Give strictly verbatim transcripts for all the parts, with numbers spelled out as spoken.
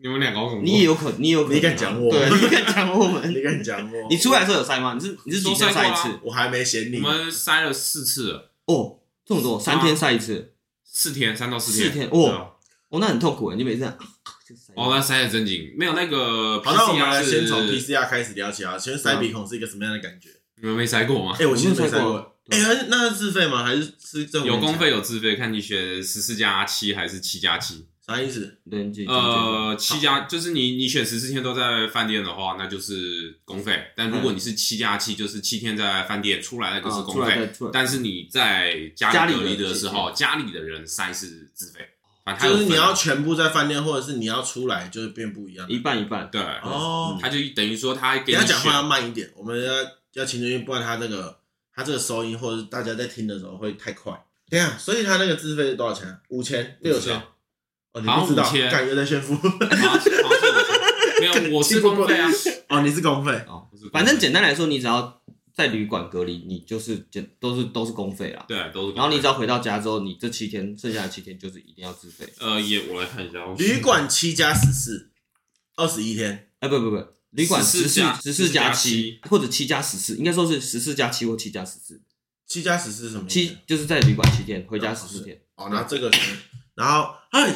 你们两个怎么？ 你也有可能，你也有可能、啊， 你敢讲我？ 对，你敢讲我们？ 你敢讲我？ 你出来的时候有塞吗？你是你是几天塞一次？ 我还没嫌你。 我们塞了四次了。 哦，这么多，三天塞一次， 四天，三到四天， 四天，哦，哦，那很痛苦哎，你每次哦，那塞的真紧，没有那个 P C R 是。 好，那我们来先从 P C R 开始聊起啊。请问塞鼻孔是一个什么样的感觉？ 你们没塞过吗？ 哎，我其实没塞过。哎，那是自费吗？还是是政府？ 有公费有自费，看你选十四加七还是七加七。 啥意思？ 呃，七加就是你你选十四天都在饭店的话，那就是公费。但如果你是七加七，就是七天在饭店，出来那个是公费。但是你在家里隔离的时候，家里的人塞是自费。 就是你要全部在饭店，或者是你要出来，就是变不一样。 一半一半。 对哦， 他就等于说他给你他讲话要慢一点，我们要要请注意，不然他那个他这个收音或者是大家在听的时候会太快。对啊，所以他那个自费是多少钱？五千、六千。哦，你不知道，感觉在炫富。 没有，我是公费啊。 哦，你是公费。 哦，反正简单来说，你只要在旅馆隔离，你就是都是都是公费啦。 对，都是。 然后你只要回到家之后，你这七天剩下的七天就是一定要自费。 呃，也我来看一下。 旅馆七加十四，二十一天。 哎，不不不，旅馆十四十四加七，或者七加十四，应该说是十四加七或七加十四。 七加十四是什么？ 七就是在旅馆七天，回家十四天。 哦，那这个是。然后，哎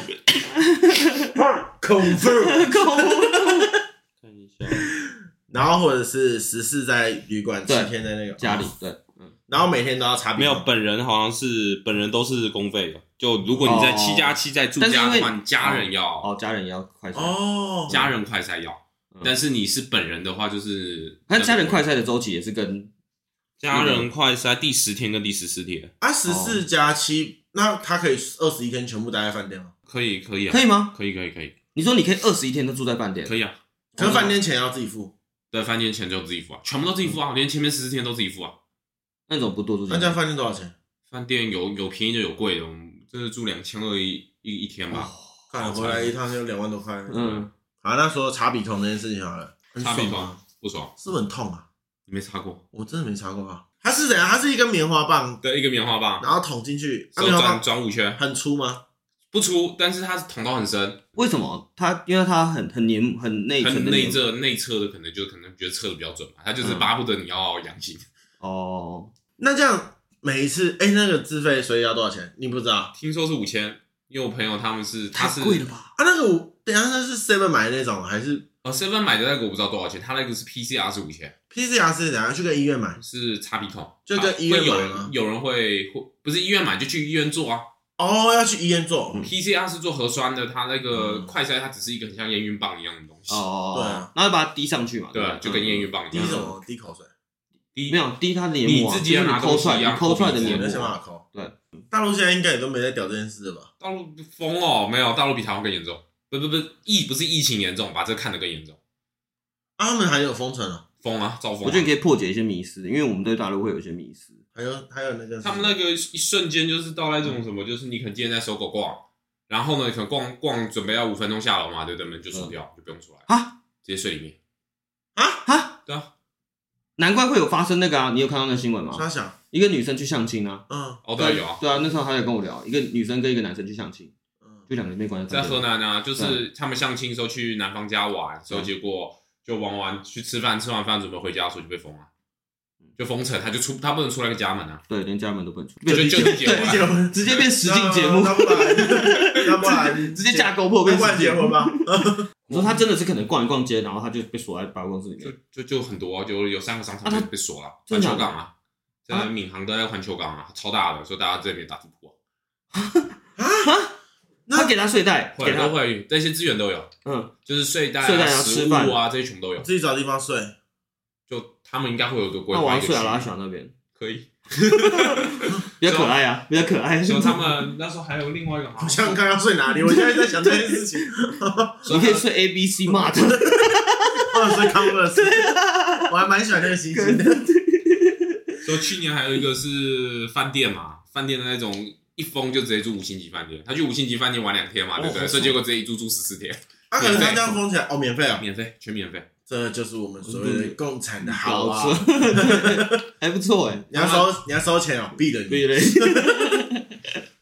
，confirm， 看一下， 然后或者是十四在旅馆，七天在那个家里，对， 嗯，然后每天都要查。 没有，本人好像是本人都是公费的。就如果你在七加七在住家的话，你家人要哦，家人要快筛哦， 家人快筛要，但是你是本人的话，就是那家人快筛的周期也是跟家人快筛第十天跟第十四天啊，十四加七。那他可以二十一天全部待在饭店吗？ 可以，可以啊。 可以吗？ 可以，可以，可以。 你说你可以二十一天都住在饭店？ 可以啊。 可是饭店钱要自己付。 对，饭店钱就自己付啊，全部都自己付啊，连前面十四天都自己付啊。 那种不多住？ 那这样饭店多少钱？ 饭店有有便宜的有贵的，我们这是住两千二一一一天吧。 看回来一趟就两万多块。 嗯。 好，那说查鼻孔那件事情好了。 查鼻孔不爽， 是不是很痛啊？ 你没查过？ 我真的没查过啊。它是怎样？它是一根棉花棒， 对，一个棉花棒， 然后捅进去， 然后转转五圈， 很粗吗？ 不粗，但是它捅到很深。 为什么？它因为它很很黏很内层的很内侧内侧的，可能就可能觉得测的比较准嘛，它就是巴不得你要阳性。 哦， 那这样每一次，哎，那个自费所以要多少钱？你不知道？ 听说是五千，因为我朋友他们是，他是太贵了吧？ 啊，那个五，等一下那是 seven 买的那种还是？ 哦 seven 买的那个我不知道多少钱，他那个是 P C R 是五千 ，P C R 是怎样去跟医院买？ 是插鼻孔， 就跟医院买吗？ 有人会会不是医院买就去医院做啊。 哦，要去医院做。 嗯、P C R 是做核酸的，它那个快筛它只是一个很像验孕棒一样的东西。 哦， 对啊， 然后把它滴上去嘛。 对，就跟验孕棒一样。 滴什么？滴口水？ 滴没有滴它的黏膜， 你自己要拿抠出来，你抠出来的黏膜。 想办法抠。 对， 大陆现在应该也都没在屌这件事了吧？ 大陆疯哦，没有，大陆比台湾更严重。不不不，疫不是疫情严重，把这看得更严重。 啊，他们还有封城啊？ 封啊，照封、啊。 我觉得你可以破解一些迷思，因为我们对大陆会有一些迷思。 还有还有那个， 他们那个一瞬间就是到那种什么，就是你可能今天在搜狗逛，然后呢，可能逛逛准备要五分钟下楼嘛，对不对？门就锁掉，就不用出来啊， 直接睡里面啊啊， 对啊， 难怪会有发生那个啊，你有看到那个新闻吗？ 他想一个女生去相亲啊， 嗯， 哦对有啊， 对啊，那时候他有跟我聊，一个女生跟一个男生去相亲，嗯，就两个人被关在河南啊，就是他们相亲的时候去男方家玩，所以结果就玩完去吃饭，吃完饭准备回家的时候就被封了。就封城，他就出，他不能出那个家门啊。 对，连家门都不能出。 就就就结婚， 直接变实境节目。 那不然，那不然直接架勾破变实境结婚吧？ 你说他真的是可能逛一逛街，然后他就被锁在百货公司里面。 就就就很多、啊，就有三个商场就被锁了。环球港啊，在闵行都在环球港啊，超大的，所以大家这边打地铺啊。 他给他睡袋， 会都会，这些资源都有。 嗯， 就是睡袋、 睡袋啊、食物啊，这些全都有。 自己找地方睡。 就他们应该会有个规划。 那我要睡阿拉小那边， 可以， 比较可爱啊，比较可爱。 所以他们那时候还有另外一个， 我想想看要睡哪里，我现在在想这件事情。 你可以睡 A B C Mart， 或者睡 Converse， 我还蛮喜欢那个星星的。 所以去年还有一个是饭店嘛，饭店的那种一封就直接住五星级饭店，他去五星级饭店玩两天嘛，对不对？所以结果直接一住住十四天。 啊，可是他这样封起来哦，免费啊， 免费，全免费。 这就是我们所谓的共产的好啊， 还不错哎。 你要收你要收钱哦，毙了你！ 毙了！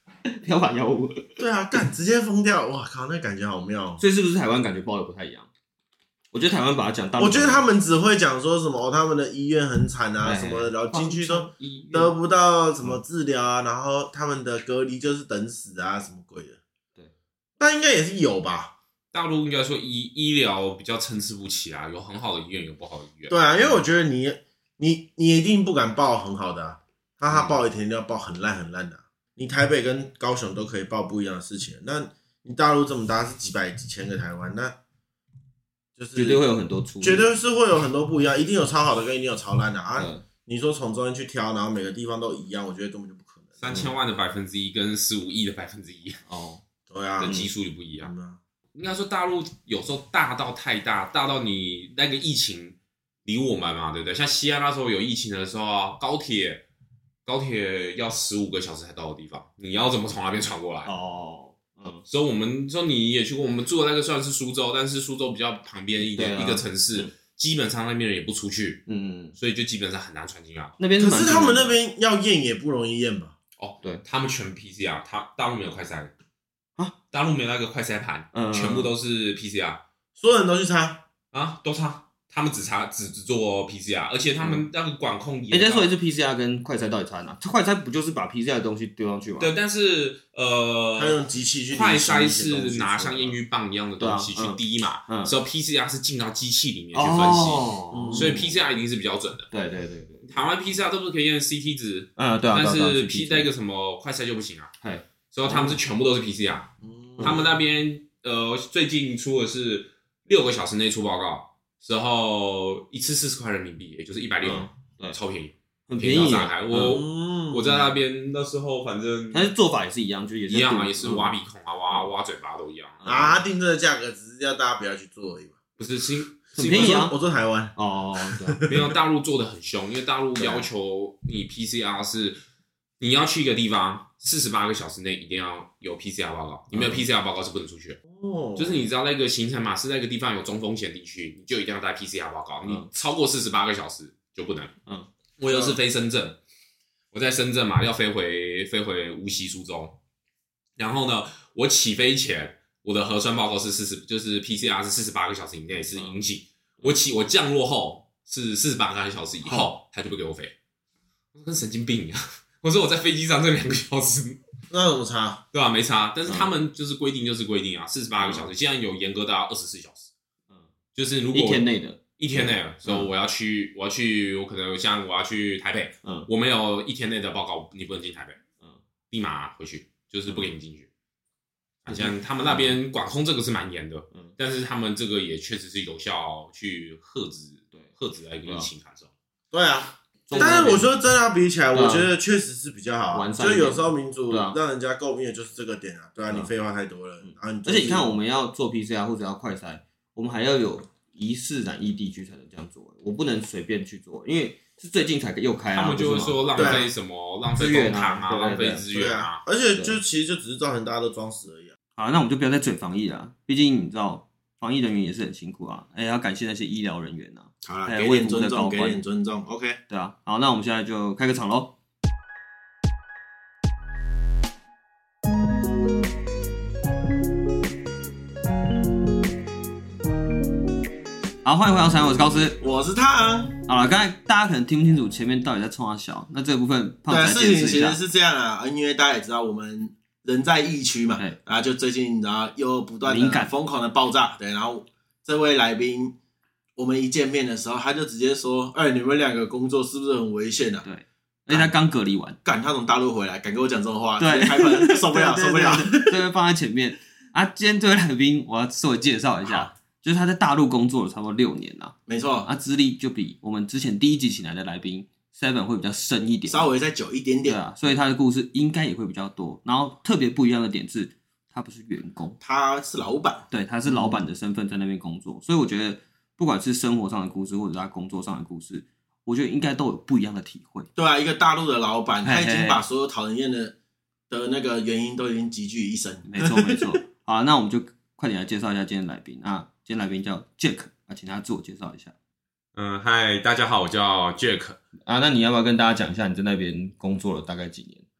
标靶药物。 对啊，干直接封掉，哇靠，那感觉好妙。 所以是不是台湾感觉报的不太一样？我觉得台湾把它讲大陆， 我觉得他们只会讲说什么、哦、他们的医院很惨啊什么的，然后进去都得不到什么治疗啊，然后他们的隔离就是等死啊什么鬼的。 对， 但应该也是有吧。 大陆应该说医医疗比较参差不齐啊，有很好的医院，有不好的医院。 对啊，因为我觉得你你你一定不敢报很好的啊，他他报一天就要报很烂很烂的、啊。你台北跟高雄都可以报不一样的事情，那你大陆这么大是几百几千个台湾，那就是绝对会有很多出， 绝对是会有很多不一样，一定有超好的跟一定有超烂的啊。嗯、你说从中间去挑，然后每个地方都一样，我觉得根本就不可能。 三千万的百分之一跟十五亿的百分之一哦， 对啊， 的基数就不一样。 嗯应该说大陆有时候大到太大，大到你那个疫情离我们嘛，对不对？像西安那时候有疫情的时候，高铁高铁要十五个小时才到的地方，你要怎么从那边传过来？ 哦，嗯， 所以我们说你也去过，我们住的那个虽然是苏州，但是苏州比较旁边一点、啊、一个城市、嗯，基本上那边人也不出去，嗯，所以就基本上很难传进来。 那边是可是他们那边要验也不容易验吧？ 哦，对，他们全 P C R， 他大陆没有快筛。啊，大陆没有那个快筛盘、嗯，全部都是 P C R， 所有人都去插啊，都插，他们只插只只做 P C R， 而且他们那个管控也。 哎、欸，再说一次 P C R 跟快筛到底差在哪？快筛不就是把 P C R 的东西丢上去吗？ 对，但是呃， 他用机器去快筛是拿像验孕棒一样的东西去滴嘛，嗯嗯、所以 P C R 是进到机器里面去分析，哦、所以 P C R 一定是比较准的。 对对对对， 台湾 P C R 都不是可以验 C T 值， 嗯对啊， 但是 P 那个什么快筛就不行啊。所以他们是全部都是 P C R，、嗯、他们那边呃最近出的是六个小时内出报告，时候一次四十块人民币，也就是一百六，超便宜， 很便宜。 我、嗯、我在那边那时候反正， 但是做法也是一样，就也是一样啊，也是挖鼻孔啊，挖挖嘴巴都一样啊。定这个价格只是要大家不要去做而已吧？ 不是，是很便宜啊。 我做台湾哦，对， 没有大陆做的很凶，因为大陆要求你 P C R 是你要去一个地方。四十八个小时内一定要有 P C R 报告，你没有 P C R 报告是不能出去的。哦，就是你知道那个行程嘛，是那个地方有中风险地区，你就一定要带 P C R 报告。嗯、你超过四十八个小时就不能。嗯，我又是飞深圳，我在深圳嘛，要飞回飞回无锡、苏州。然后呢，我起飞前我的核酸报告是四十，就是 P C R 是四十八个小时以内是阴性。我起我降落后是四十八个小时以后，他就不给我飞，跟神经病一样。我说我在飞机上这两个小时， 那怎么差？ 对吧、啊？没差，但是他们就是规定就是规定啊，四十八个小时，现在有严格到二十四小时。嗯，就是如果一天内的， 一天内的，所以我要去，我要去，我可能像我要去台北，嗯，我没有一天内的报告，你不能进台北，嗯，立马回去，就是不给你进去。好像他们那边管控这个是蛮严的，嗯，但是他们这个也确实是有效去遏制，对，遏制那个疫情发生。 对啊。但是我说真的比起来，我觉得确实是比较好。就有时候民主让人家诟病的就是这个点啊，对啊，你废话太多了。然后你、就是、 而且你看，我们要做 P C R 或者要快筛，我们还要有疑似染疫地区才能这样做，我不能随便去做，因为是最近才又开啊。 他们就会说浪费什么，浪费公帑啊，浪费资源啊。 而且就其实就只是造成大家都装死而已啊。 好，那我们就不要再嘴防疫了，毕竟你知道防疫人员也是很辛苦啊，哎，要感谢那些医疗人员啊。 好啦，给点尊重，给点尊重 ，OK， 对啊，好，那我们现在就开个场咯。好，欢迎回到三，我是高斯， 我是汤。 好了，刚才大家可能听不清楚前面到底在冲啥小，那这个部分胖子来解释一下。 对，事情其实是这样啊，因为大家也知道我们人在疫区嘛，然后就最近然后又不断的疯狂的爆炸，对，然后这位来宾。我们一见面的时候，他就直接说：“哎、欸，你们两个工作是不是很危险啊？” 对，而且他刚隔离完， 干他从大陆回来，敢跟我讲这种话，对，开喷，受不了，受不了。 这个放在前面啊。今天这位来宾，我要稍微介绍一下，就是他在大陆工作了差不多六年啦， 没错， 啊，资历就比我们之前第一集请来的来宾 Seven 会比较深一点， 稍微再久一点点， 对啊，所以他的故事应该也会比较多。然后特别不一样的点是，他不是员工， 他是老板， 对，他是老板的身份在那边工作，所以我觉得。不管是生活上的故事，或者他工作上的故事，我觉得应该都有不一样的体会。 对啊，一个大陆的老板，他已经把所有讨人厌的的那个原因都已经集聚一身。 没错，没错。好，那我们就快点来介绍一下今天的来宾啊。今天来宾叫 Jack 啊，请他自我介绍一下。 嗯，嗨，大家好，我叫 Jack 啊。那你要不要跟大家讲一下你在那边工作了大概几年？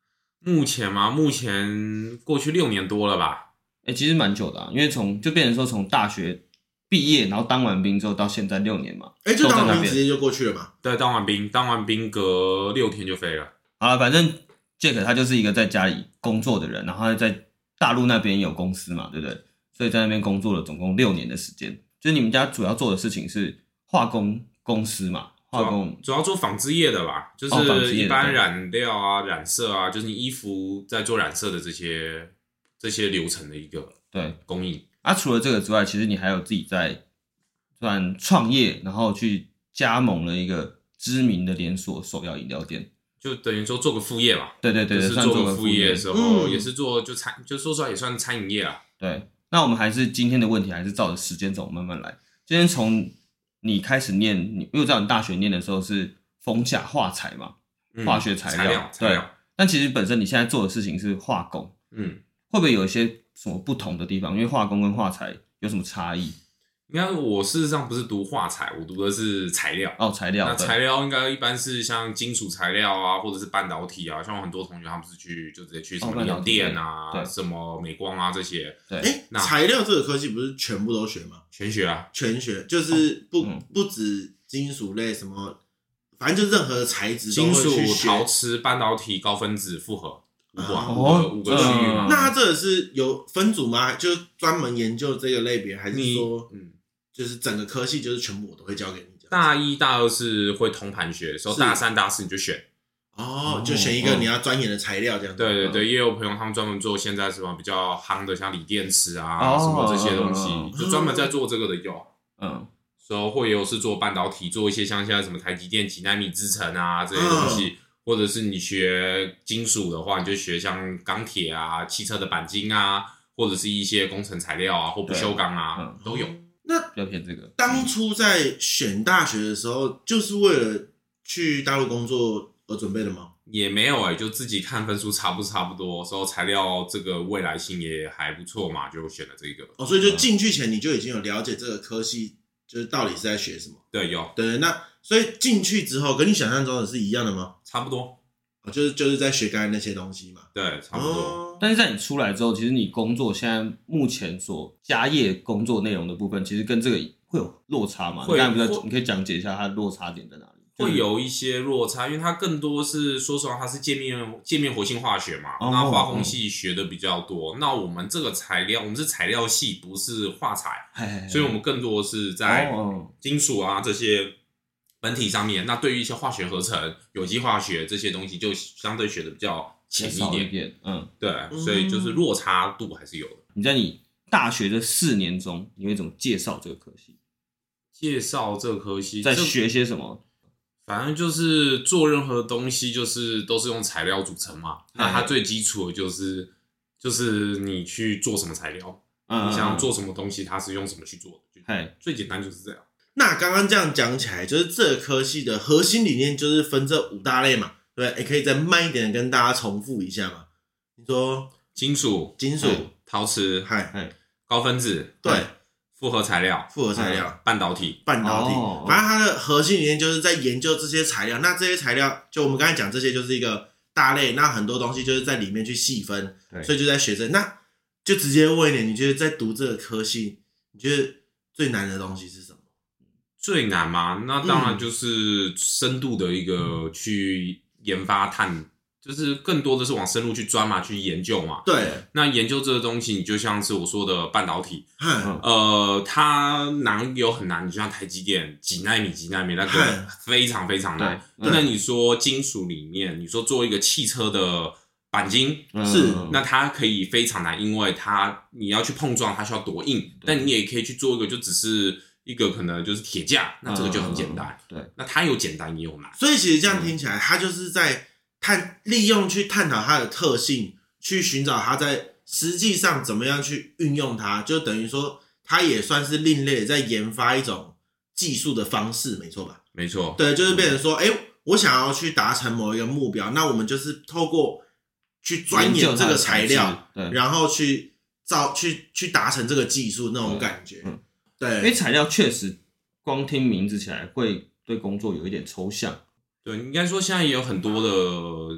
目前嘛，目前过去六年多了吧？ 哎、欸，其实蛮久的啊，因为从就变成说从大学毕业，然后当完兵之后到现在六年嘛。 哎、欸，就当完兵直接就过去了嘛？ 对，当完兵，当完兵隔六天就飞了。 好了，反正 Jack 他就是一个在家里工作的人，然后他在大陆那边有公司嘛，对不对？所以在那边工作了总共六年的时间。就是你们家主要做的事情是化工公司嘛？化工主要做纺织业的吧，就是一般染料啊、染色啊，就是你衣服在做染色的这些这些流程的一个对供应。 啊，除了这个之外，其实你还有自己在算创业，然后去加盟了一个知名的连锁手摇饮料店， 就等于说做个副业吧。 对对对， 就是做个副业的时候， 嗯、 也是做就餐，就说出来也算餐饮业啊。 对，那我们还是今天的问题，还是照着时间轴慢慢来。今天从你开始念，因为我知道你大学念的时候是逢甲化材嘛， 嗯、 化学材料， 材料材料对。但其实本身你现在做的事情是化工， 嗯， 会不会有一些什么不同的地方？因为化工跟化材有什么差异？ 应该我事实上不是读化材，我读的是材料。 哦，材料。 那材料应该一般是像金属材料啊，或者是半导体啊。像我很多同学他们是去就直接去什么联电啊、 哦、 什么美光啊这些。 对， 哎、欸，材料这个科技不是全部都学吗？ 全学啊， 全学，就是不、 哦嗯、 不止金属类什么，反正就任何的材质都会去学，金属、陶瓷、半导体、高分子、复合。五个、啊哦、 五个区域嘛。 那它这个是有分组吗？就专门研究这个类别，还是说， 嗯， 就是整个科系就是全部我都会教给你？ 大一、大二是会通盘学的时候，大三、大四你就选。 哦，就选一个你要钻研的材料这样子。 对对对，也有朋友他们专门做现在什么比较夯的，像锂电池啊、哦、什么这些东西， 哦、 就专门在做这个的有。 嗯， 所以会有是做半导体，做一些像现在什么台积电几奈米制程啊这些东西。嗯，或者是你学金属的话，你就学像钢铁啊、汽车的钣金啊，或者是一些工程材料啊或不锈钢啊，嗯，都有。 那比较偏这个。 当初在选大学的时候，就是为了去大陆工作而准备的吗？ 也没有哎、欸，就自己看分数差不差不多，所以材料这个未来性也还不错嘛，就选了这个。 哦，所以就进去前你就已经有了解这个科系，就是到底是在学什么？ 对，有。 对，那所以进去之后，跟你想象中的是一样的吗？ 差不多。 就是就是在学刚才那些东西嘛， 对，差不多。 哦、但是在你出来之后，其实你工作现在目前所家业工作内容的部分，其实跟这个会有落差嘛？你刚才不是你可以讲解一下它的落差点在哪里？ 会有一些落差，因为它更多是说实话，它是界面界面活性化学嘛， 哦、 那化工系学的比较多。哦、那我们这个材料，我们是材料系，不是化材， 嘿嘿嘿， 所以我们更多是在金属啊这些本体上面。那对于一些化学合成、有机化学这些东西，就相对学的比较浅一点。 一点嗯， 对，所以就是落差度还是有的。 你在你大学的四年中，你会怎么介绍这个科系？ 介绍这个科系， 在学些什么？ 反正就是做任何东西，就是都是用材料组成嘛。那它最基础的就是就是你去做什么材料， 嗯， 你想做什么东西，它是用什么去做的。 哎， 最简单就是这样。 那刚刚这样讲起来，就是这个科系的核心理念就是分这五大类嘛，对，也可以再慢一点跟大家重复一下嘛。你说金属、 金属、 陶瓷、 嗨、 高分子， 对。 复合材料， 复合材料， 半导体， 半导体，哦、反正它的核心理念就是在研究这些材料。那这些材料，就我们刚才讲这些，就是一个大类。那很多东西就是在里面去细分，所以就在学这。那就直接问你，你觉得在读这个科系，你觉得最难的东西是什么？ 最难吗？那当然就是深度的一个去研发探。就是更多的是往深入去钻嘛，去研究嘛。 对， 那研究这个东西，你就像是我说的半导体，呃，它难有很难，你就像台积电几奈米、几奈米那个非常非常难。那你说金属里面，你说做一个汽车的钣金是， 那它可以非常难，因为它你要去碰撞，它需要多硬。但你也可以去做一个，就只是一个可能就是铁架，那这个就很简单。 对， 那它有简单也有难。 所以其实这样听起来，它就是在。探利用去探讨它的特性，去寻找它在实际上怎么样去运用它，就等于说它也算是另类在研发一种技术的方式，没错吧？ 没错， 对，就是变成说，哎、欸，我想要去达成某一个目标，那我们就是透过去钻研这个材料，然后去造去去达成这个技术那种感觉。 嗯， 对， 因为材料确实光听名字起来会对工作有一点抽象。 对，应该说现在也有很多的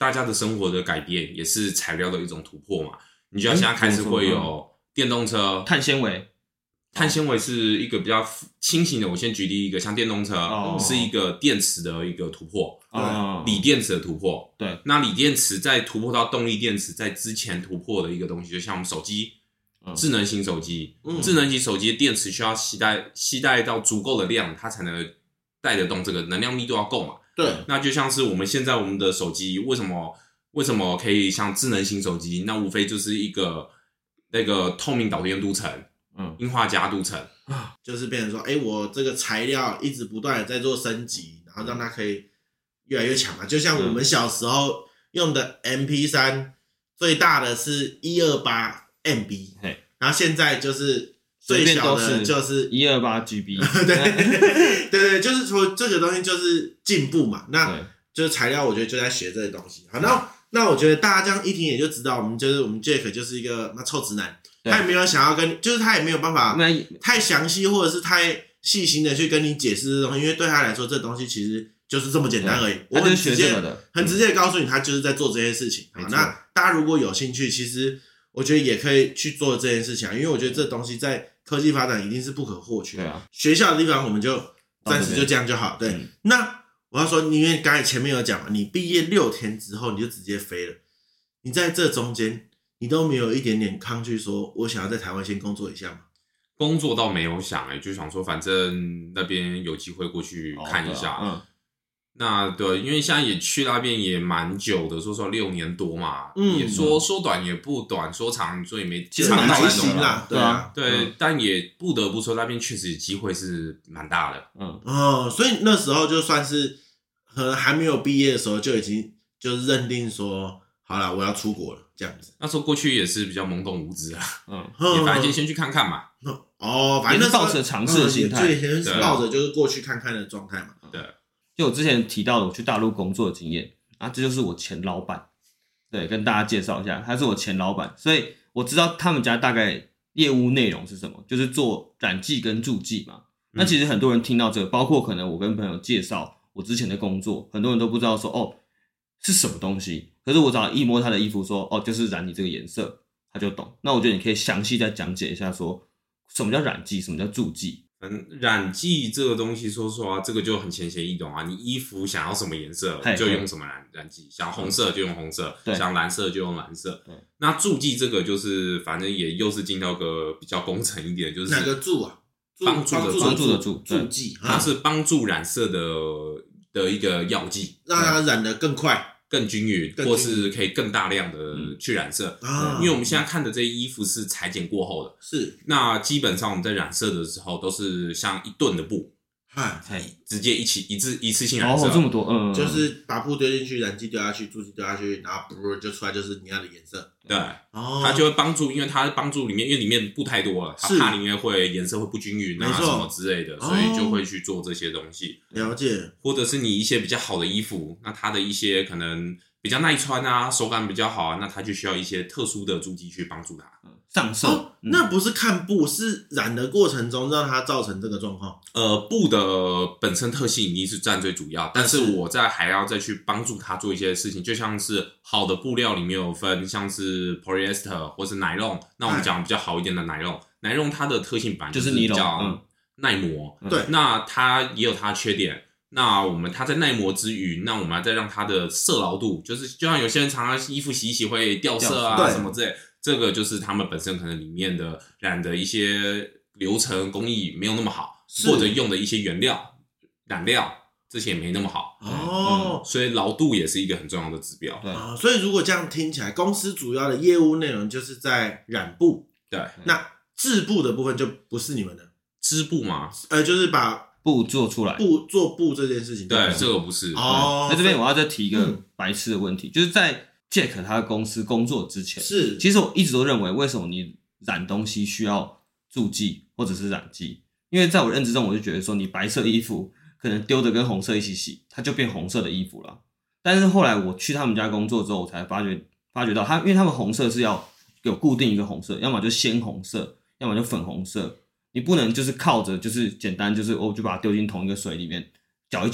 大家的生活的改变也是材料的一种突破嘛。你就像现在开始会有电动车、 碳纤维。 碳纤维是一个比较轻型的，我先举例一个，像电动车、哦、是一个电池的一个突破， 哦、 锂电池的突破。 对， 那锂电池在突破到动力电池，在之前突破的一个东西，就像我们手机、嗯、智能型手机、嗯，智能型手机的电池需要携带携带到足够的量，它才能带得动，这个能量密度要够嘛。 对， 那就像是我们现在我们的手机，为什么为什么可以像智能型手机？那无非就是一个那个透明导电镀层。嗯，硬化加镀层啊，就是变成说，哎、欸，我这个材料一直不断的在做升级，然后让它可以越来越强嘛。就像我们小时候用的 M P 三， 最大的是一百二十八 M B， 然后现在就是最小的就是一百二十八 G B， 对对对，就是说这个东西就是进步嘛。那就是材料，我觉得就在学这个东西。好，那那我觉得大家这样一听也就知道，我们就是我们 Jack 就是一个那臭直男。他也没有想要跟，就是他也没有办法太详细或者是太细心的去跟你解释这东西，因为对他来说，这东西其实就是这么简单而已。我很直接的，很直接的告诉你，他就是在做这些事情。好，那大家如果有兴趣，其实我觉得也可以去做这件事情啊，因为我觉得这东西在科技发展一定是不可或缺。 对啊， 学校的地方我们就暂时就这样就好。对，嗯、那我要说，因为刚才前面有讲嘛，你毕业六天之后你就直接飞了，你在这中间。你都没有一点点抗拒说我想要在台湾先工作一下吗？ 工作倒没有想欸，就想说反正那边有机会过去看一下。哦、嗯，那对，因为现在也去那边也蛮久的，说说六年多嘛，嗯，也说说短也不短，说长所以没其实蛮开心啦，对啊， 对，嗯、但也不得不说那边确实机会是蛮大的。 嗯哦，所以那时候就算是可能还没有毕业的时候就已经就是认定说。好啦，我要出国了，这样子。 那时候过去也是比较懵懂无知啊，嗯，也反正就先去看看嘛。 哦，反正抱着尝试的心态， 对，抱着就是过去看看的状态嘛。 对， 就我之前提到的，我去大陆工作的经验啊，这就是我前老板，对，跟大家介绍一下，他是我前老板，所以我知道他们家大概业务内容是什么，就是做染剂跟助剂嘛。那其实很多人听到这个，包括可能我跟朋友介绍我之前的工作，很多人都不知道说哦是什么东西。可是我只要一摸他的衣服说，哦，就是染你这个颜色，他就懂。那我觉得你可以详细再讲解一下说，什么叫染剂，什么叫助剂。 嗯，染剂这个东西，说实话，这个就很浅显易懂啊。你衣服想要什么颜色，就用什么染染剂，想红色就用红色，想蓝色就用蓝色。那助剂这个就是，反正也又是进到个比较工程一点，就是哪个助啊？ 帮助的帮助的助， 助剂， 它是帮助染色的的一个药剂， 让它染得更快。 更均匀，或是可以更大量的去染色、嗯啊、因为我们现在看的这些衣服是裁剪过后的， 是那基本上我们在染色的时候都是像一吨的布， 嗨， 直接一起一次一次性染色， 哦，这么多，嗯， 就是把布丢进去，染剂丢下去，助剂丢下去，然后不就出来就是你要的颜色， 对，哦，它就会帮助，因为它帮助里面，因为里面布太多了，它怕里面会颜色会不均匀啊什么之类的，所以就会去做这些东西。 了解， 或者是你一些比较好的衣服，那它的一些可能比较耐穿啊，手感比较好啊，那它就需要一些特殊的助剂去帮助它上色、 哦嗯。那不是看布，是染的过程中让它造成这个状况。 呃，布的本身特性一定是占最主要，但是我在还要再去帮助它做一些事情，就像是好的布料里面有分，像是 polyester 或是 nylon， 那我们讲比较好一点的 nylon，nylon 它的特性本来就是比较耐磨， 嗯、对， 那它也有它的缺点。那我们它在耐磨之余，那我们再让它的色牢度，就是就像有些人常常衣服洗一洗会掉色啊什么之类，这个就是他们本身可能里面的染的一些流程工艺没有那么好，或者用的一些原料染料这些也没那么好哦、 嗯，所以牢度也是一个很重要的指标。 对、哦，所以如果这样听起来，公司主要的业务内容就是在染布， 对， 那制布的部分就不是你们的织布吗？ 呃，就是把布做出来， 布做布这件事情， 对，这个不是哦。在这边我要再提一个白痴的问题，嗯、就是在 Jack 他的公司工作之前， 是其实我一直都认为，为什么你染东西需要助剂或者是染剂？因为在我认知中，我就觉得说，你白色衣服可能丢的跟红色一起洗，它就变红色的衣服了。但是后来我去他们家工作之后，我才发觉发觉到他，因为他们红色是要有固定一个红色，要么就鲜红色，要么就粉红色。你不能就是靠着就是简单就是我就把它丢进同一个水里面搅一搅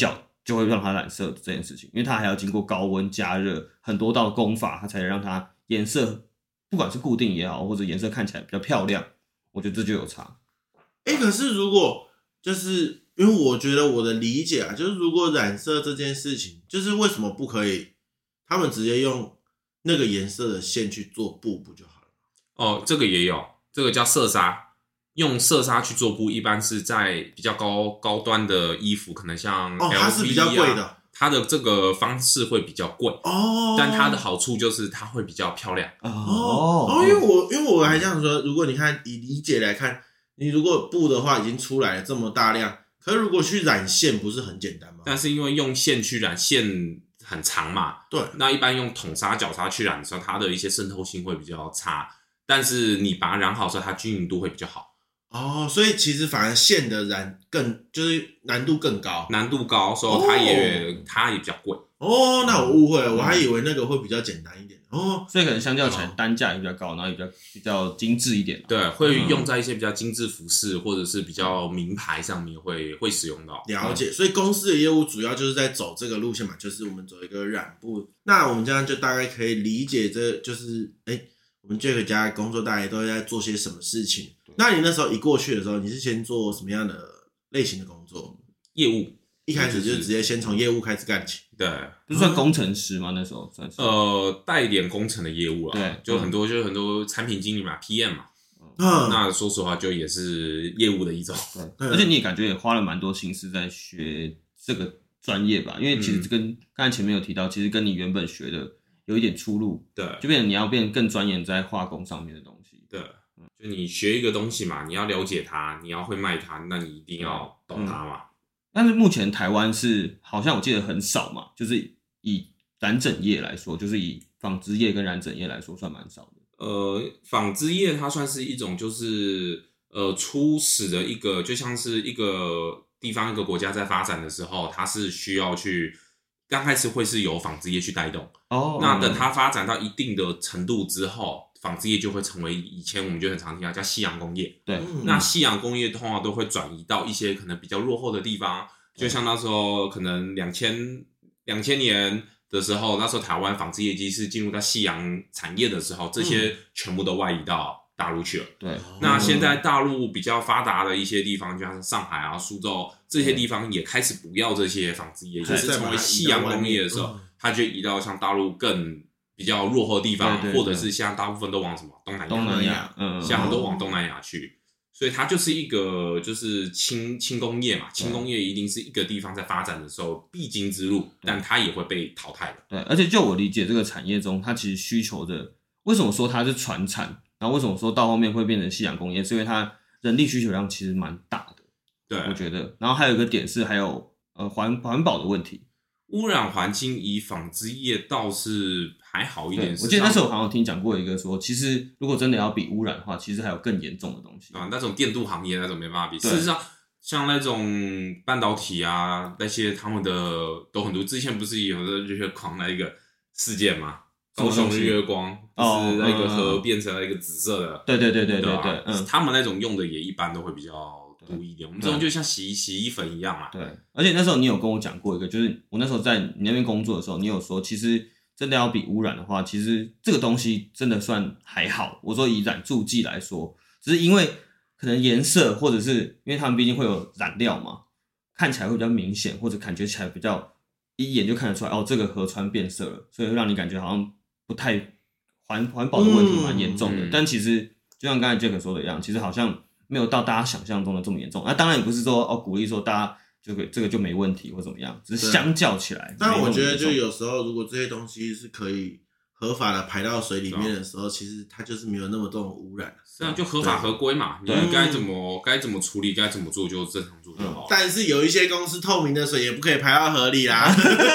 就会让它染色这件事情，因为它还要经过高温加热很多道工法，它才能让它颜色不管是固定也好，或者颜色看起来比较漂亮，我觉得这就有差。 哎、欸，可是如果就是因为我觉得我的理解啊，就是如果染色这件事情，就是为什么不可以他们直接用那个颜色的线去做布不就好了？ 哦，这个也有，这个叫色纱。用色纱去做布，一般是在比较高高端的衣服，可能像 L V 啊， 哦，它是比较贵的， 它的这个方式会比较贵哦， 但它的好处就是它会比较漂亮哦哦，因为我因为我还这样说，如果你看以理解来看，你如果布的话已经出来了这么大量，可是如果去染线不是很简单吗？ 但是因为用线去染，线很长嘛， 对， 那一般用桶纱、绞纱去染的时候，它的一些渗透性会比较差，但是你把它染好的时候，它均匀度会比较好。 哦，所以其实反而线的染更就是难度更高， 难度高，所以它也、哦、它也比较贵。 哦，那我误会了，我还以为那个会比较简单一点。哦， 所以可能相较起来单价也比较高，然后也比较比较精致一点。 对，会用在一些比较精致服饰、嗯、或者是比较名牌上面会会使用到。 了解，所以公司的业务主要就是在走这个路线嘛，就是我们走一个染布。那我们这样就大概可以理解这就是哎。欸我们 Jack 家工作大概都在做些什么事情？那你那时候一过去的时候，你是先做什么样的类型的工作？ 业务， 一开始就直接先从业务开始干起。 对， 不是算工程师吗？那时候算是呃带一点工程的业务啊。 对， 就很多、嗯、就很多产品经理嘛 ，P M 嘛。 嗯， 那说实话，就也是业务的一种。 对，而且你也感觉也花了蛮多心思在学这个专业吧？因为其实跟刚才前面有提到，其实跟你原本学的有一点出入， 对， 就变成你要变更钻研在化工上面的东西。 对，就你学一个东西嘛，你要了解它，你要会卖它，那你一定要懂它嘛。嗯、 但是目前台湾是好像我记得很少嘛，就是以染整业来说，就是以纺织业跟染整业来说算蛮少的。 呃，纺织业它算是一种就是呃初始的一个，就像是一个地方一个国家在发展的时候，它是需要去。刚开始会是由纺织业去带动，哦、oh, ，那等它发展到一定的程度之后，纺织业就会成为以前我们就很常听到叫夕阳工业。 对， 那夕阳工业通常都会转移到一些可能比较落后的地方，就像那时候可能两千两千年的时候，那时候台湾纺织业绩是进入到夕阳产业的时候，这些全部都外移到大陆去了。 对， 那现在大陆比较发达的一些地方，就像是上海啊、苏州这些地方，也开始不要这些纺织业，就是成为夕阳工业的时候，它就移到像大陆更比较落后的地方， 对对对， 或者是像大部分都往什么东南亚， 东南亚，嗯， 像很多往东南亚去，所以它就是一个就是轻轻工业嘛，轻工业一定是一个地方在发展的时候必经之路，但它也会被淘汰的。 对，而且就我理解，这个产业中，它其实需求的，为什么说它是传产？然后为什么说到后面会变成夕阳工业？是因为它人力需求量其实蛮大的， 对， 我觉得。然后还有一个点是，还有呃环环保的问题， 污染环境以纺织业倒是还好一点。 我记得那时候我好像听讲过一个说，其实如果真的要比污染的话，其实还有更严重的东西啊，那种电镀行业那种没办法比。事实上，像那种半导体啊，那些他们的都很多。之前不是有的日月光那一个事件吗？高雄日月光就是那个河变成了一个紫色的， 对对对对对对, 对，嗯， 他们那种用的也一般都会比较毒一点。我们这种就像洗洗衣粉一样嘛。 对，而且那时候你有跟我讲过一个，就是我那时候在你那边工作的时候，你有说其实真的要比污染的话，其实这个东西真的算还好。我说以染助剂来说，只是因为可能颜色或者是因为他们毕竟会有染料嘛，看起来会比较明显，或者感觉起来比较一眼就看得出来，哦，这个河川变色了，所以会让你感觉好像不太环环保的问题蛮严重的。嗯、但其实就像刚才 Jack 说的一样，其实好像没有到大家想象中的这么严重。那、啊、当然也不是说哦鼓励说大家就这个就没问题或怎么样，只是相较起来。 但我觉得就有时候如果这些东西是可以合法的排到水里面的时候，其实它就是没有那么多污染。 这样就合法合规嘛，你该怎么该怎么处理，该怎么做就正常做就好。 嗯、但是有一些公司透明的水也不可以排到河里啦。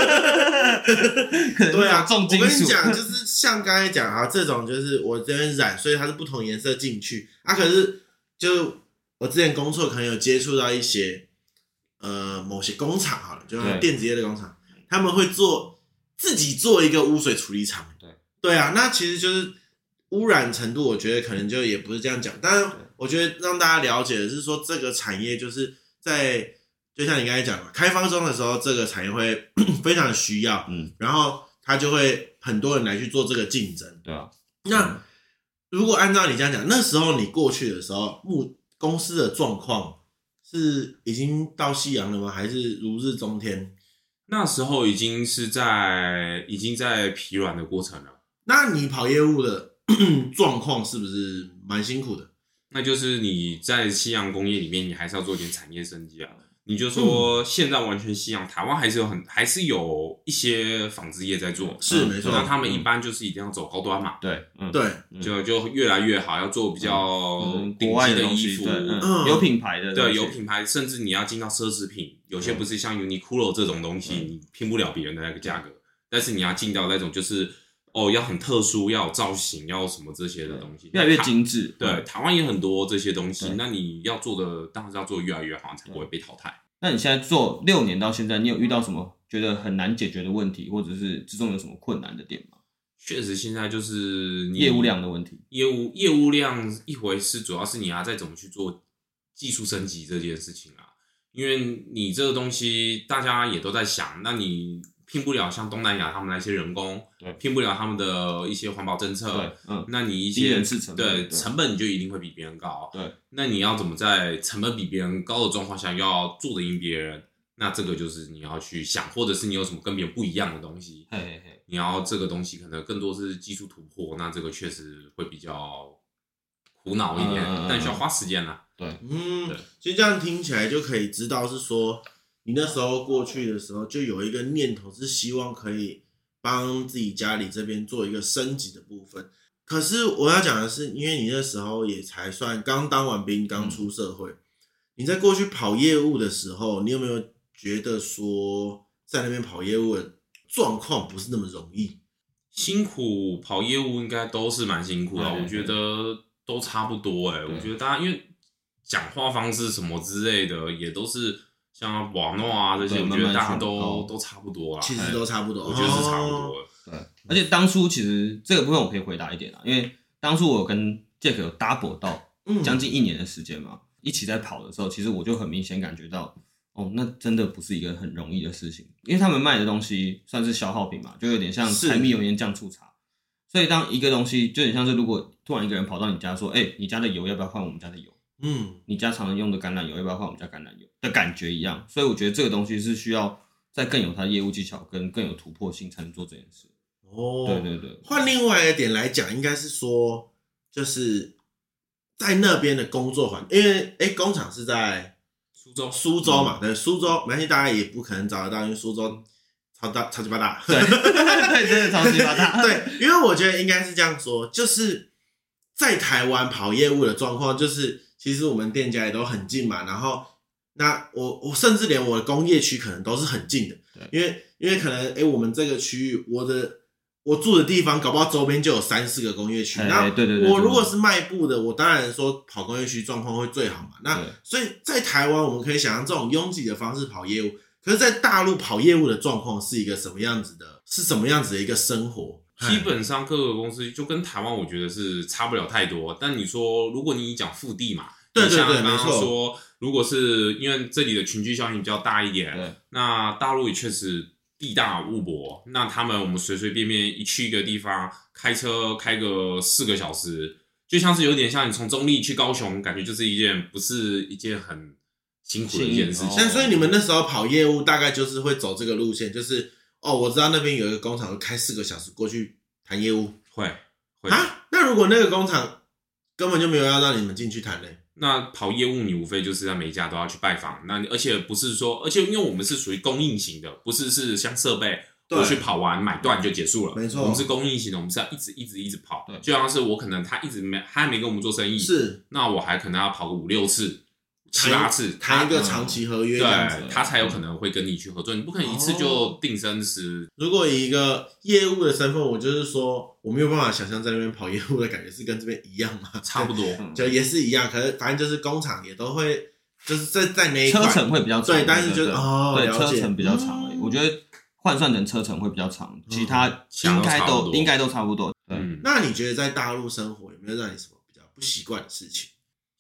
对啊，我跟你讲，就是像刚才讲啊，这种就是我这边染，所以它是不同颜色进去啊。可是就我之前工作可能有接触到一些呃某些工厂好了，就是电子业的工厂，他们会做自己做一个污水处理厂。 对对啊，那其实就是污染程度，我觉得可能就也不是这样讲，但是我觉得让大家了解的是说，这个产业就是在就像你刚才讲的，开发中的时候，这个产业会非常的需要，嗯，然后他就会很多人来去做这个竞争， 对啊。 那如果按照你这样讲，那时候你过去的时候，目公司的状况是已经到夕阳了吗？还是如日中天？ 那时候已经是在已经在疲软的过程了。 那你跑业务的状况是不是蛮辛苦的？ 那就是你在夕阳工业里面，你还是要做点产业升级啊。你就说现在完全夕阳，台湾还是有很还是有一些纺织业在做， 是没错。 那他们一般就是一定要走高端嘛， 对， 嗯、对， 就就越来越好，要做比较顶级的衣服， 嗯、有品牌的， 对，有品牌，甚至你要进到奢侈品，有些不是像 Uniqlo 这种东西，嗯、你拼不了别人的那个价格，但是你要进到那种就是哦，要很特殊，要有造型，要什么这些的东西， 越来越精致。 对，台湾也很多这些东西，那你要做的当然是要做得越来越好，才不会被淘汰。 那你现在做六年到现在，你有遇到什么觉得很难解决的问题，或者是之中有什么困难的点吗？ 确实，现在就是你业务量的问题。 业务业务量一回事，主要是你要再怎么去做技术升级这件事情啊。因为你这个东西大家也都在想，那你拼不了像东南亚他们那些人工， 对， 拼不了他们的一些环保政策， 对，嗯， 那你一些成本对成本你就一定会比别人高， 对， 那你要怎么在成本比别人高的状况下，要做得赢别人？那这个就是你要去想，或者是你有什么跟别人不一样的东西， 嘿嘿嘿， 你要这个东西可能更多是技术突破，那这个确实会比较苦恼一点，嗯、但需要花时间啦。 对， 嗯，对，其实这样听起来就可以知道是说，你那时候过去的时候就有一个念头是希望可以帮自己家里这边做一个升级的部分。可是我要讲的是，因为你那时候也才算刚当完兵，刚出社会，嗯、你在过去跑业务的时候，你有没有觉得说在那边跑业务的状况不是那么容易？ 辛苦跑业务应该都是蛮辛苦的，我觉得都差不多哎、欸。我觉得大家因为讲话方式什么之类的，也都是像网络啊这些，我觉得大家都都差不多啦。 其实都差不多， 我觉得是差不多的。 对，而且当初其实这个部分我可以回答一点啦，因为当初我跟 Jack 有 double 到将近一年的时间嘛，嗯、一起在跑的时候，其实我就很明显感觉到，哦，那真的不是一个很容易的事情，因为他们卖的东西算是消耗品嘛，就有点像柴米油盐酱醋茶。所以当一个东西就有点像是，如果突然一个人跑到你家说，哎、欸，你家的油要不要换我们家的油？嗯，你家常常用的橄榄油要不要换我们家橄榄油的感觉一样。所以我觉得这个东西是需要再更有它的业务技巧跟更有突破性才能做这件事。 哦， 对对对。 换另外一个点来讲，应该是说，就是在那边的工作环，因为哎、欸，工厂是在苏州， 苏州嘛，对，苏州，没关系，大家也不可能找得到，因为苏州超大，超级巴大， 对，对，真的超级巴大， 对，因为我觉得应该是这样说，就是在台湾跑业务的状况，就是其实我们店家也都很近嘛，然后那我我甚至连我的工业区可能都是很近的，因为因为可能哎、欸，我们这个区域，我的我住的地方，搞不好周边就有三四个工业区。那对对对， 我如果是卖布的，我当然说跑工业区状况会最好嘛。那所以在台湾，我们可以想象这种拥挤的方式跑业务，可是，在大陆跑业务的状况是一个什么样子的？是什么样子的一个生活？ 基本上各个公司就跟台湾，我觉得是差不了太多。但你说，如果你讲腹地嘛， 对对对， 像刚刚说，如果是因为这里的群聚效应比较大一点，那大陆也确实地大物博，那他们我们随随便便一去一个地方，开车开个四个小时，就像是有点像你从中立去高雄，感觉就是一件不是一件很辛苦的一件事情。 那所以你们那时候跑业务，大概就是会走这个路线，就是哦，我知道那边有一个工厂，会开四个小时过去谈业务。 会会啊？那如果那个工厂根本就没有要让你们进去谈嘞？ 那跑业务你无非就是在每一家都要去拜访，那而且不是说，而且因为我们是属于供应型的，不是是像设备我去跑完买断就结束了， 没错， 我们是供应型的，我们是要一直一直一直跑，就像是我可能他一直没他还没跟我们做生意， 是， 那我还可能要跑个五六次。七八次谈一个长期合约这样子， 对，他才有可能会跟你去合作，你不可能一次就定生死。 如果以一个业务的身份，我就是说，我没有办法想象在那边跑业务的感觉是跟这边一样嘛， 差不多， 就也是一样。可是反正就是工厂也都会，就是在在那一块车程会比较长， 对，但是就是哦， 对，车程比较长而已。我觉得换算成车程会比较长，其他应该都应该都差不多。 嗯，那你觉得在大陆生活有没有让你什么比较不习惯的事情？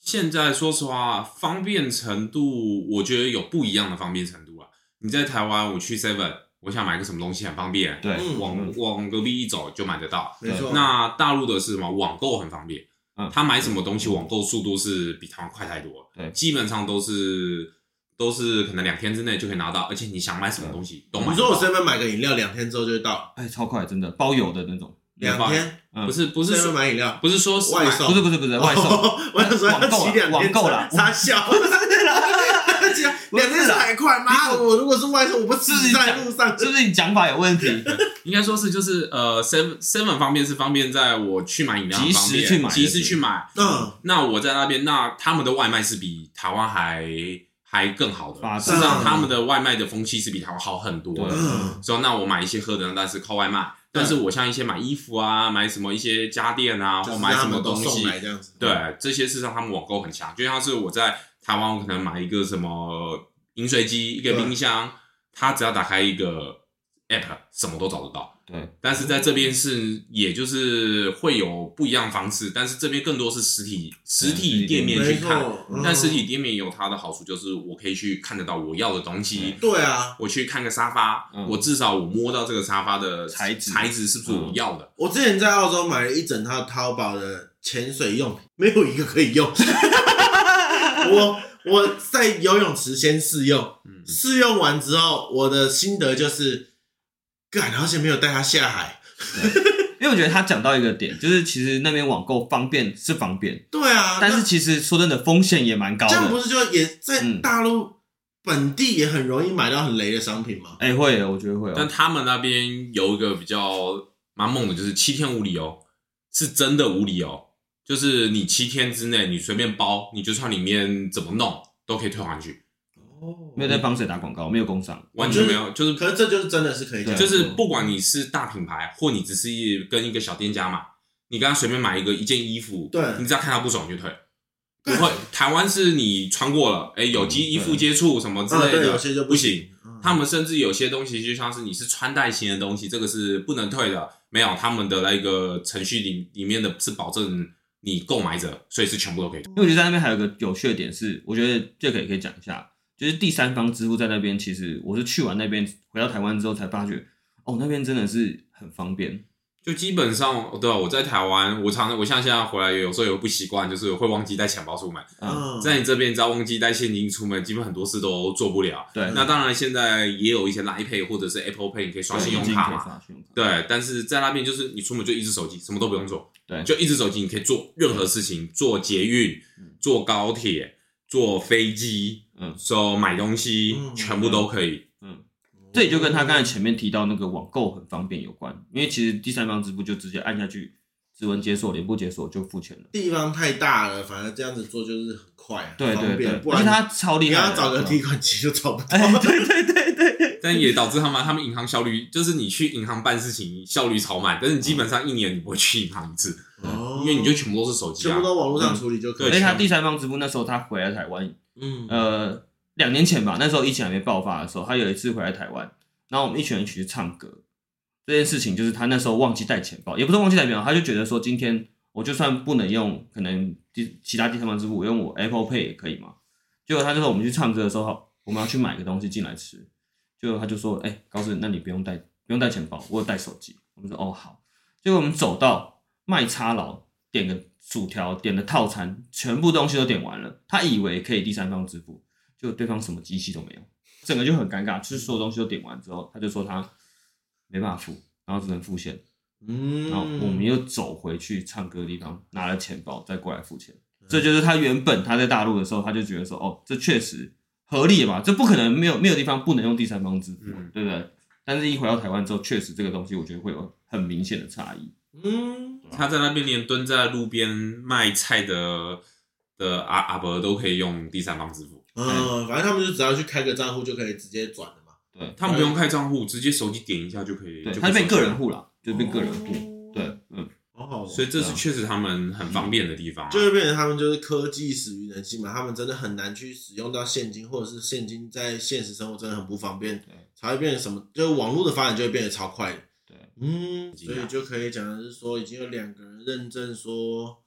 现在说实话，方便程度，我觉得有不一样的方便程度啊。你在台湾，我去 seven， 我想买个什么东西很方便， 对， 往往隔壁一走就买得到。 没错。 那大陆的是什么？网购很方便，嗯，他买什么东西网购速度是比台湾快太多了， 对， 基本上都是都是可能两天之内就可以拿到，而且你想买什么东西都买得到。 你说我 seven 买个饮料，两天之后就会到， 哎，超快，真的，包邮的那种。 两天、 嗯、不是不是说买饮料， 不是说外送， 不是不是不是外送， 哦、我想说要骑两天， 网购啦， 傻笑，不是啦，两天才快，妈，我如果是外送，我不骑在路上， 是不是你讲法有问题？ 应该说是就是呃 ，seven seven 方面是方便在我去买饮料， 及时去买， 及时去买。嗯，那我在那边，那他们的外卖是比台湾还还更好的，事实上他们的外卖的风气是比台湾好很多的。所以那我买一些喝的，但是靠外卖。但是我像一些买衣服啊，买什么一些家电啊，或买什么东西，对，这些事实上他们网购很强。就像是我在台湾，我可能买一个什么饮水机、一个冰箱，它只要打开一个 app， 什么都找得到。 对， 但是在这边是，也就是会有不一样的方式，但是这边更多是实体实体店面去看，嗯、但实体店面有它的好处，就是我可以去看得到我要的东西。 对啊， 我去看个沙发，嗯、我至少我摸到这个沙发的材质材质是不是我要的。 嗯、我之前在澳洲买了一整套淘宝的潜水用品，没有一个可以用。我我在游泳池先试用，嗯、试用完之后，我的心得就是。干，好险没有带他下海。 因为我觉得他讲到一个点，就是其实那边网购方便是方便， 对啊， 但是其实说真的风险也蛮高的。 这样不是就也在大陆本地也很容易买到很雷的商品吗？ 哎、欸，会，我觉得会、哦。 但他们那边有一个比较蛮猛的，就是七天无理由，是真的无理由，就是你七天之内你随便包，你就算里面怎么弄都可以退还去。 没有在帮谁打广告，没有工商， 完全没有，就是， 可是这就是真的是可以讲， 就是不管你是大品牌，或你只是跟一个小店家买，你跟他随便买一个一件衣服， 对， 你只要看他不爽就退，不会。台湾是你穿过了，哎、欸，有机衣服接触什么之类的， 有些就不行。他们甚至有些东西，就像是你是穿戴型的东西，这个是不能退的，没有他们的那个程序里里面的是保证你购买者，所以是全部都可以退。 因为我觉得在那边还有一个有趣的点是，我觉得这个也可以讲一下。就是第三方支付在那边，其实我是去完那边回到台湾之后才发觉，哦，那边真的是很方便。 就基本上，对啊，我在台湾，我常我像现在回来，有时候有不习惯，就是会忘记带钱包出门。嗯，在你这边，只要忘记带现金出门，基本很多事都做不了。 对， 那当然现在也有一些 Line Pay 或者是 Apple Pay， 你可以刷信用卡嘛。对，但是在那边就是你出门就一只手机，什么都不用做。 对， 就一只手机，你可以做任何事情，坐捷运、坐高铁、坐飞机。嗯，说、so, 买东西、嗯、全部都可以。 嗯，这也就跟他刚才前面提到那个网购很方便有关，因为其实第三方支付就直接按下去，指纹解锁、脸部解锁就付钱了。 地方太大了，反正这样子做就是很快、啊， 对对对， 不而且他超厉害， 你要找个提款机就找不到。 哎，对对对对， 但也导致他们他们银行效率，就是你去银行办事情效率超慢，但是你基本上一年你不会去银行一次，哦、因为你就全部都是手机、啊， 全部都网络上处理就可以。 而且他第三方支付那时候他回来台湾。嗯，呃，两年前吧，那时候疫情还没爆发的时候，他有一次回来台湾，然后我们一群人一起去唱歌。这件事情就是他那时候忘记带钱包，也不是忘记带钱包，他就觉得说今天我就算不能用可能其他第三方支付，我用我 Apple Pay 也可以嘛。结果他就说我们去唱歌的时候，我们要去买个东西进来吃，结果他就说，哎、欸，高士，那你不用带不用带钱包，我有带手机。我们说哦好。结果我们走到麦叉佬点个薯条，点的套餐，全部东西都点完了，他以为可以第三方支付，结果对方什么机器都没有，整个就很尴尬。就是所有东西都点完之后，他就说他没办法付，然后只能付现。嗯，然后我们又走回去唱歌的地方，拿了钱包再过来付钱。这就是他原本他在大陆的时候，他就觉得说，哦，这确实合理嘛，这不可能没有没有地方不能用第三方支付，嗯、对不对？但是一回到台湾之后，确实这个东西我觉得会有很明显的差异。 嗯，他在那边连蹲在路边卖菜的的阿阿伯都可以用第三方支付。 嗯，反正他们就只要去开个账户就可以直接转了嘛。 对，他们不用开账户，直接手机点一下就可以。 对，他就变个人户了，就变个人户。哦、对，嗯。 哦， 所以这是确实他们很方便的地方、啊， 就会变成他们就是科技始于人性嘛，他们真的很难去使用到现金，或者是现金在现实生活真的很不方便，才会变成什么，就是网络的发展就会变得超快。对，嗯，所以就可以讲的是说，已经有两个人认证说，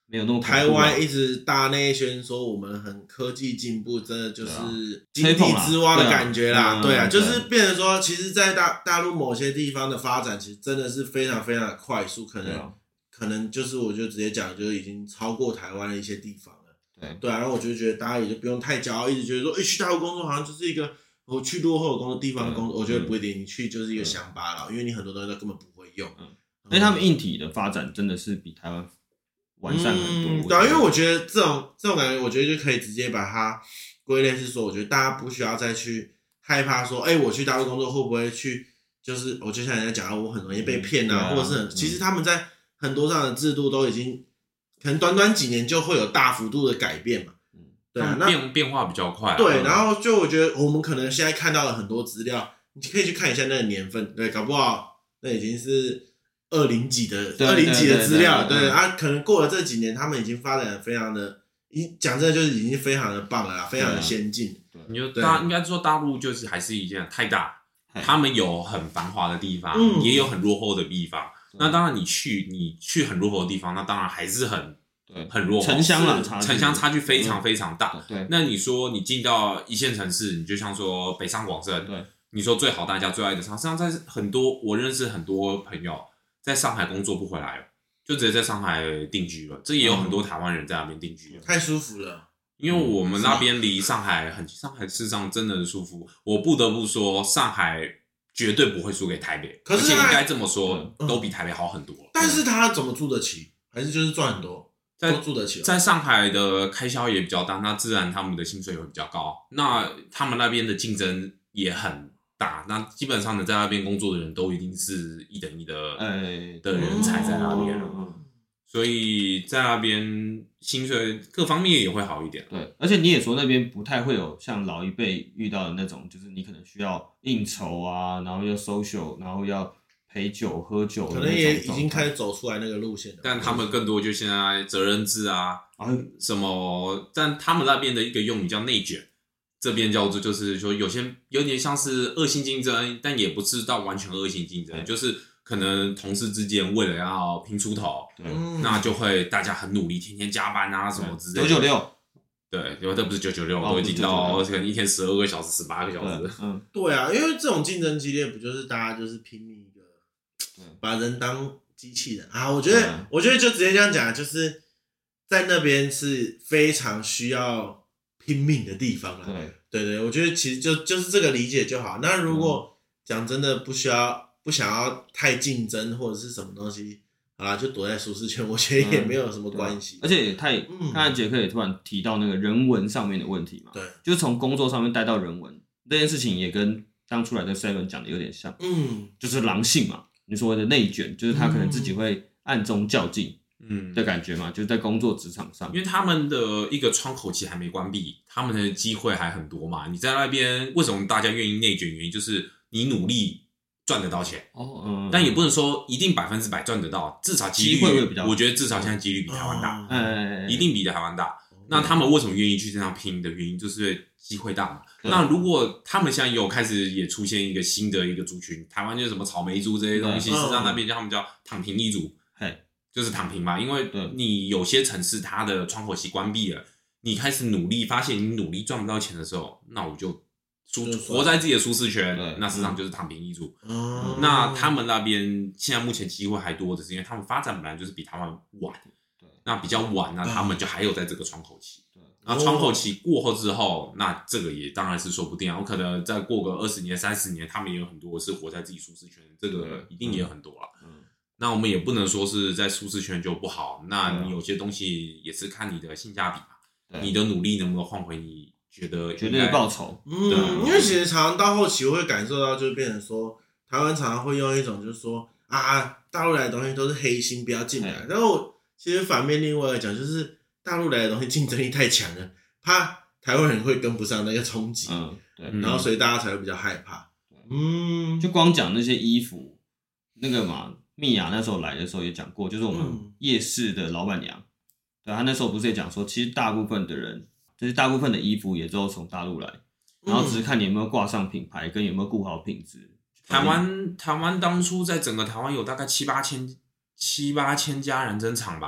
没有那么、啊、 台湾一直大内宣说我们很科技进步，真的就是井底之蛙的感觉啦。对 啊, 對啊，就是变成说，其实，在大大陆某些地方的发展，其实真的是非常非常的快速，可能、啊、可能就是我就直接讲，就是已经超过台湾的一些地方了。对对啊，然后我就觉得大家也就不用太骄傲，一直觉得说，哎、欸，去大陆工作好像就是一个我去落后的工作地方工作，我觉得不一定，你去就是一个乡巴佬，因为你很多东西都根本不会用。嗯， 因为他们硬体的发展真的是比台湾完善很多。 嗯、对啊，因为我觉得这种这种感觉，我觉得就可以直接把它归类是说，我觉得大家不需要再去害怕说，哎、欸，我去大陆工作会不会去，就是我就像人家讲，我很容易被骗啊，嗯、或者是很、嗯、其实他们在很多上的制度都已经可能短短几年就会有大幅度的改变嘛。 对啊，那变变化比较快、啊。 对，然后就我觉得我们可能现在看到了很多资料，你可以去看一下那个年份，对，搞不好那已经是二零几的二零几的资料，对啊，可能过了这几年，他们已经发展的非常的，讲真的就是已经非常的棒了啦，非常的先进。 你就大应该说大陆就是还是一件太大，他们有很繁华的地方， 嗯、 也有很落后的地方。那当然你去你去很落后的地方，那当然还是很。 对， 很弱， 城乡啦， 城乡差距非常非常大。 对， 那你说你进到一线城市，你就像说北上广深， 对， 你说最好大家最爱的上，实际上在很多我认识很多朋友在上海工作不回来了，就直接在上海定居了。这也有很多台湾人在那边定居了， 太舒服了。 因为我们那边离上海很，上海事实上真的很舒服。我不得不说，上海绝对不会输给台北， 可是而且应该这么说，嗯、都比台北好很多。 但是他怎么住得起？还是就是赚很多？ 在住得起， 在上海的开销也比较大，那自然他们的薪水也会比较高。那他们那边的竞争也很大，那基本上呢，在那边工作的人都一定是一等一的， 哎、 的人才在那边了。嗯、所以在那边薪水各方面也会好一点。 对，而且你也说那边不太会有像老一辈遇到的那种，就是你可能需要应酬啊，然后要 social， 然后要陪酒喝酒， 可能也已经开始走出来那个路线了。 但他们更多就现在责任制啊，啊什么，但他们那边的一个用语叫内卷，这边叫做就是说有些有点像是恶性竞争，但也不是到完全恶性竞争，就是可能同事之间为了要拼出头， 嗯、 那就会大家很努力，天天加班啊什么之类的。 九九六。 对，因为这不是九九六，都已经到可能一天十二个小时、十八个小时。 嗯， 对啊，因为这种竞争激烈，不就是大家就是拼命一个，把人当机器人啊？我觉得，嗯、我觉得就直接这样讲，就是在那边是非常需要拼命的地方啦。对，对对，我觉得其实就就是这个理解就好。那如果讲真的不需要、不想要太竞争或者是什么东西。好啦，就躲在舒适圈，我觉得也没有什么关系、 嗯。而且也太，刚才杰克也突然提到那个人文上面的问题嘛， 对， 就是从工作上面带到人文这件事情，也跟刚出来的 Seven 讲的有点像， 嗯， 就是狼性嘛，你所谓的内卷，就是他可能自己会暗中较劲，嗯的感觉嘛，就是在工作职场上， 因为他们的一个窗口期还没关闭，他们的机会还很多嘛。你在那边为什么大家愿意内卷？原因就是你努力。赚得到钱哦，嗯， 但也不能说一定百分之百赚得到，至少几率会比较， 我觉得至少现在几率比台湾大， 哎、 嗯，一定比台湾大。那他们为什么愿意去这样拼的原因，就是机会大嘛。那如果他们现在有开始也出现一个新的一个族群，台湾就是什么草莓族这些东西，事实上那边叫他们叫躺平一族，就是躺平嘛。因为你有些城市它的窗口期关闭了，你开始努力，发现你努力赚不到钱的时候，那我就。活在自己的舒适圈，那事实上就是躺平一族。 嗯、 那他们那边现在目前机会还多的是，因为他们发展本来就是比台湾晚，那比较晚，那他们就还有在这个窗口期。然后窗口期过后之后，那这个也当然是说不定啊。我可能再过个二十年、三十年，他们也有很多是活在自己舒适圈，这个一定也有很多了。 嗯， 那我们也不能说是在舒适圈就不好，那你有些东西也是看你的性价比嘛，你的努力能不能换回你。觉得绝对的报酬， 嗯，因为其实常常到后期我会感受到，就是变成说，台湾常常会用一种就是说啊，大陆来的东西都是黑心，不要进来。然后其实反面另外来讲，就是大陆来的东西竞争力太强了，怕台湾人会跟不上那个冲击， 嗯，对， 然后所以大家才会比较害怕。嗯， 就光讲那些衣服，那个嘛，蜜雅那时候来的时候也讲过，就是我们夜市的老板娘，对，她那时候不是也讲说，其实大部分的人。就是大部分的衣服也都从大陆来，然后只是看你有没有挂上品牌，跟有没有顾好品质。 台湾台湾当初在整个台湾有大概七八千七八千家染针厂吧，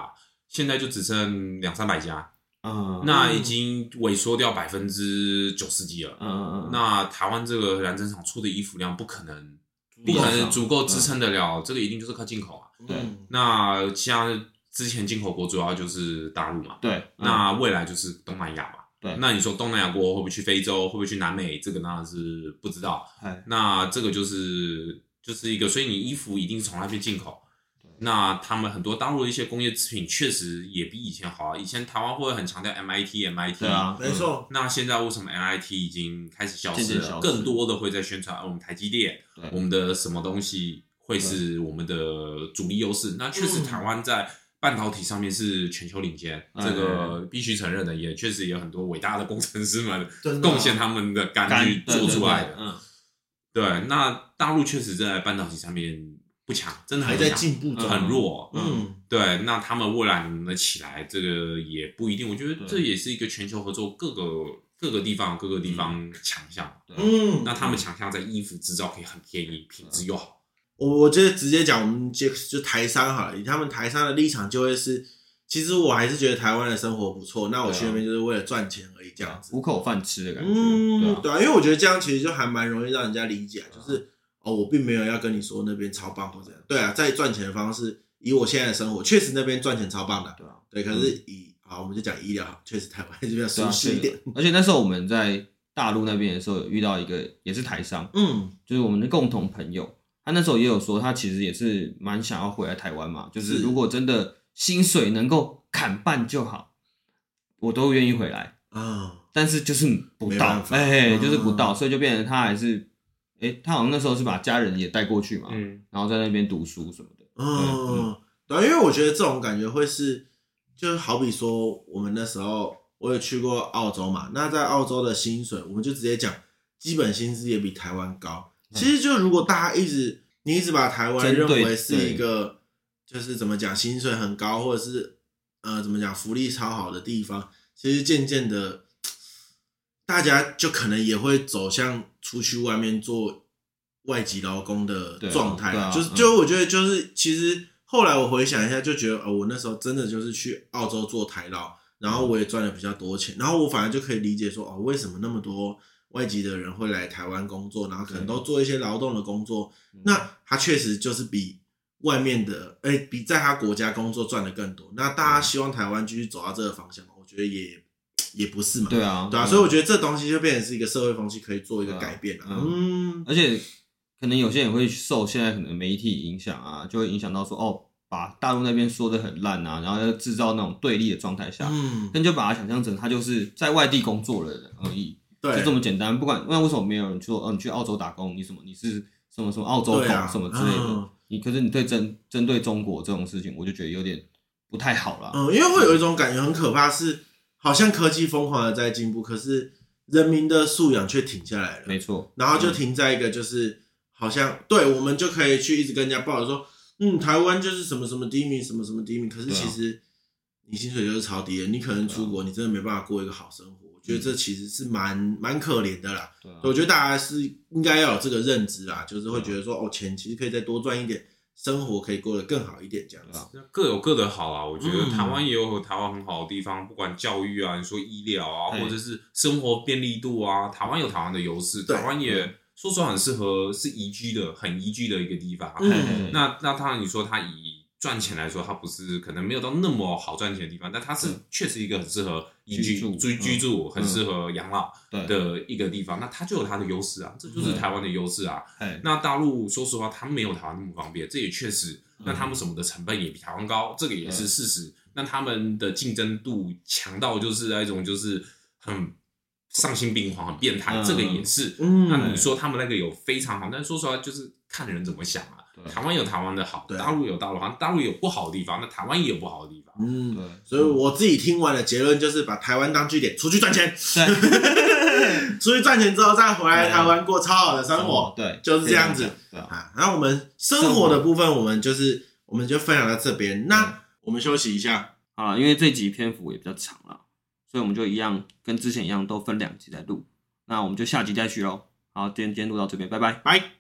现在就只剩两三百家。嗯，那已经萎缩掉百分之九十几了。嗯嗯嗯。那台湾这个染针厂出的衣服量不可能，不可能足够支撑得了，嗯、这个一定就是靠进口啊。 对。 那像之前进口国主要就是大陆嘛。 对。嗯、 那未来就是东南亚嘛。 对。 那你说东南亚国会不会去非洲，会不会去南美？这个当然是不知道。那这个就是就是一个，所以你衣服一定是从那边进口。那他们很多大陆的一些工业制品确实也比以前好啊。以前台湾会很强调 M I T M I T， 对啊，没错。 那现在为什么 M I T 已经开始消失了？渐渐更多的会在宣传、啊、我们台积电，我们的什么东西会是我们的主力优势。那确实台湾在半导体上面是全球领先，嗯、这个必须承认的，也确实有很多伟大的工程师们贡献他们的肝去做出来的。嗯，对。那大陆确实在半导体上面不强，真的很还在进步中， 很弱。嗯，对，那他们未来能不能起来，这个也不一定。我觉得这也是一个全球合作，各个各个地方各个地方强项。嗯，那他们强项在衣服制造可以很便宜，品质又好。 我我觉得直接讲，我们就就台商好了，以他们台商的立场就会是，其实我还是觉得台湾的生活不错，那我去那边就是为了赚钱而已，这样子， 糊口饭吃的感觉。 嗯，对啊，对啊，因为我觉得这样其实就还蛮容易让人家理解，就是。哦，我并没有要跟你说那边超棒或怎样。对啊，在赚钱的方式，以我现在的生活，确实那边赚钱超棒的。对啊，对，可是以啊、嗯，我们就讲医疗，确实台湾就比较舒适一点。 而且那时候我们在大陆那边的时候，有遇到一个也是台商，嗯，就是我们的共同朋友，他那时候也有说，他其实也是蛮想要回来台湾嘛，就是如果真的薪水能够砍半就好，我都愿意回来啊、嗯。但是就是不到，哎、欸，就是不到，嗯、所以就变成他还是。诶，他好像那时候是把家人也带过去嘛，嗯，然后在那边读书什么的。 嗯，对，因为我觉得这种感觉会是，就好比说我们那时候我也去过澳洲嘛，那在澳洲的薪水，我们就直接讲，基本薪资也比台湾高。其实就如果大家一直你一直把台湾认为是一个，就是怎么讲薪水很高，或者是呃怎么讲福利超好的地方，其实渐渐的。大家就可能也会走向出去外面做外籍劳工的状态、啊啊、就是就我觉得就是其实后来我回想一下就觉得、哦、我那时候真的就是去澳洲做台劳，然后我也赚了比较多钱，然后我反而就可以理解说哦，为什么那么多外籍的人会来台湾工作，然后可能都做一些劳动的工作，那他确实就是比外面的诶比在他国家工作赚的更多，那大家希望台湾继续走到这个方向，我觉得也也不是嘛， 对啊， 对啊，所以我觉得这东西就变成是一个社会风气，可以做一个改变了、啊。 嗯，而且可能有些人会受现在可能媒体影响啊，就会影响到说哦，把大陆那边说的很烂啊，然后要制造那种对立的状态下，嗯，那就把它想象成他就是在外地工作的人而已，对，就这么简单。不管那为什么没有人说，哦，你去澳洲打工，你什么你是什么什么澳洲狗、啊、什么之类的，嗯、你可是你对针针对中国这种事情，我就觉得有点不太好啦。 嗯，因为会有一种感觉很可怕是。好像科技疯狂的在进步，可是人民的素养却停下来了。 没错， 然后就停在一个就是、嗯、好像对我们就可以去一直跟人家报说，嗯，台湾就是什么什么第一名，什么什么第一名。可是其实你薪水就是超低的，你可能出国，你真的没办法过一个好生活。我觉得这其实是蛮蛮可怜的啦。对啊，我觉得大家是应该要有这个认知啦，就是会觉得说，哦，钱其实可以再多赚一点。生活可以过得更好一点，这样子各有各的好啊。我觉得台湾也有台湾很好的地方，不管教育啊，你说医疗啊，或者是生活便利度啊，台湾有台湾的优势。台湾也说实话很适合是宜居的，很宜居的一个地方。嗯、那那当然你说它以赚钱来说，它不是可能没有到那么好赚钱的地方，但它是确实一个很适合宜居居住，居住很适合养老的一个地方。那它就有它的优势啊，这就是台湾的优势啊。那大陆说实话，它没有台湾那么方便，这也确实。那他们什么的成本也比台湾高，这个也是事实。那他们的竞争度强到就是那种就是很丧心病狂、很变态，这个也是。那你说他们那个有非常好，但说实话就是看人怎么想啊。台湾有台湾的好，大陆有大陆好，大陆有不好的地方，那台湾也有不好的地方。 嗯，对。所以我自己听完的结论就是把台湾当据点，出去赚钱。对，出去赚钱之后再回来台湾过超好的生活。对，就是这样子。对啊。然后我们生活的部分，我们就是我们就分享到这边。那我们休息一下。 好了，因为这集篇幅也比较长了，所以我们就一样跟之前一样，都分两集来录。那我们就下集再续喽。好，今天今天录到这边，拜拜， 拜。